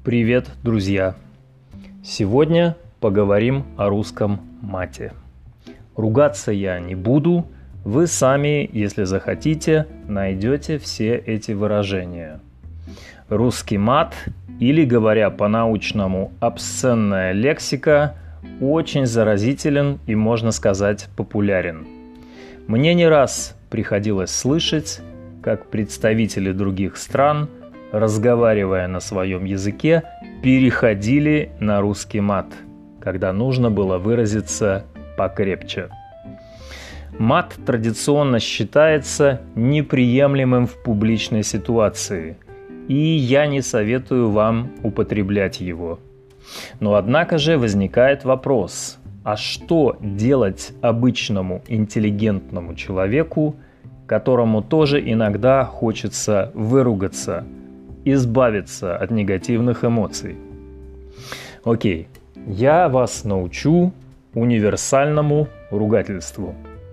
Привет, друзья! Сегодня поговорим о русском мате. Ругаться я не буду, вы сами, если захотите, найдете все эти выражения. Русский мат, или, говоря по-научному, обсценная лексика, очень заразителен и, можно сказать, популярен. Мне не раз приходилось слышать, как представители других стран, разговаривая на своем языке, переходили на русский мат, когда нужно было выразиться покрепче. Мат традиционно считается неприемлемым в публичной ситуации, и я не советую вам употреблять его. Но однако же возникает вопрос, а что делать обычному интеллигентному человеку, которому тоже иногда хочется выругаться, избавиться от негативных эмоций? Окей, я вас научу универсальному ругательству.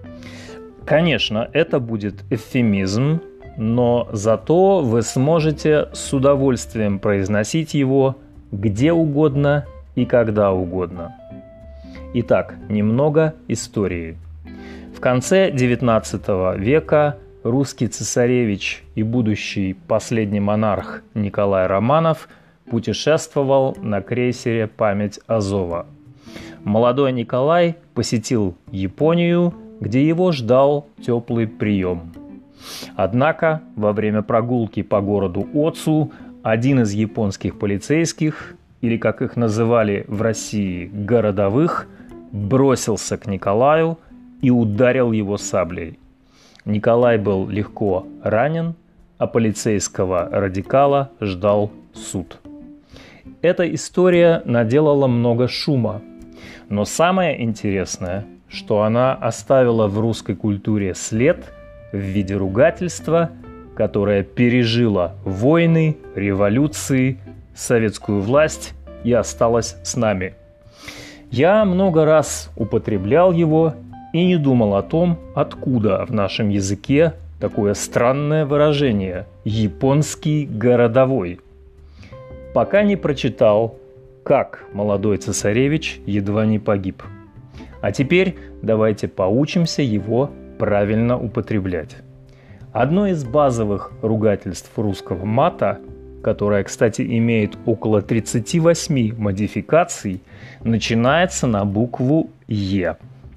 Конечно, это будет эвфемизм, но зато вы сможете с удовольствием произносить его где угодно и когда угодно. Итак, немного истории. В конце XIX века русский цесаревич и будущий последний монарх Николай Романов путешествовал на крейсере «Память Азова». Молодой Николай посетил Японию, где его ждал теплый прием. Однако во время прогулки по городу Оцу один из японских полицейских, или, как их называли в России, городовых, бросился к Николаю и ударил его саблей. Николай был легко ранен, а полицейского радикала ждал суд. Эта история наделала много шума, но самое интересное, что она оставила в русской культуре след в виде ругательства, которое пережило войны, революции, советскую власть и осталось с нами. Я много раз употреблял его и не думал о том, откуда в нашем языке такое странное выражение «японский городовой», пока не прочитал, как молодой цесаревич едва не погиб. А теперь давайте поучимся его правильно употреблять. Одно из базовых ругательств русского мата, которое, кстати, имеет около 38 модификаций, начинается на букву «Е».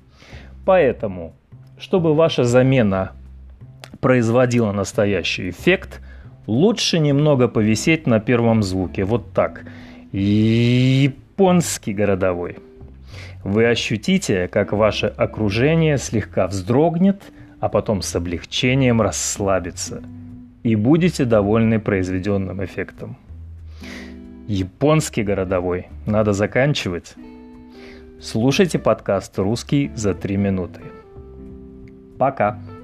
Поэтому, чтобы ваша замена производила настоящий эффект, лучше немного повисеть на первом звуке. Вот так. Японский городовой. Вы ощутите, как ваше окружение слегка вздрогнет, а потом с облегчением расслабится. И будете довольны произведенным эффектом. Японский городовой. Надо заканчивать. Слушайте подкаст «Русский за 3 минуты». Пока!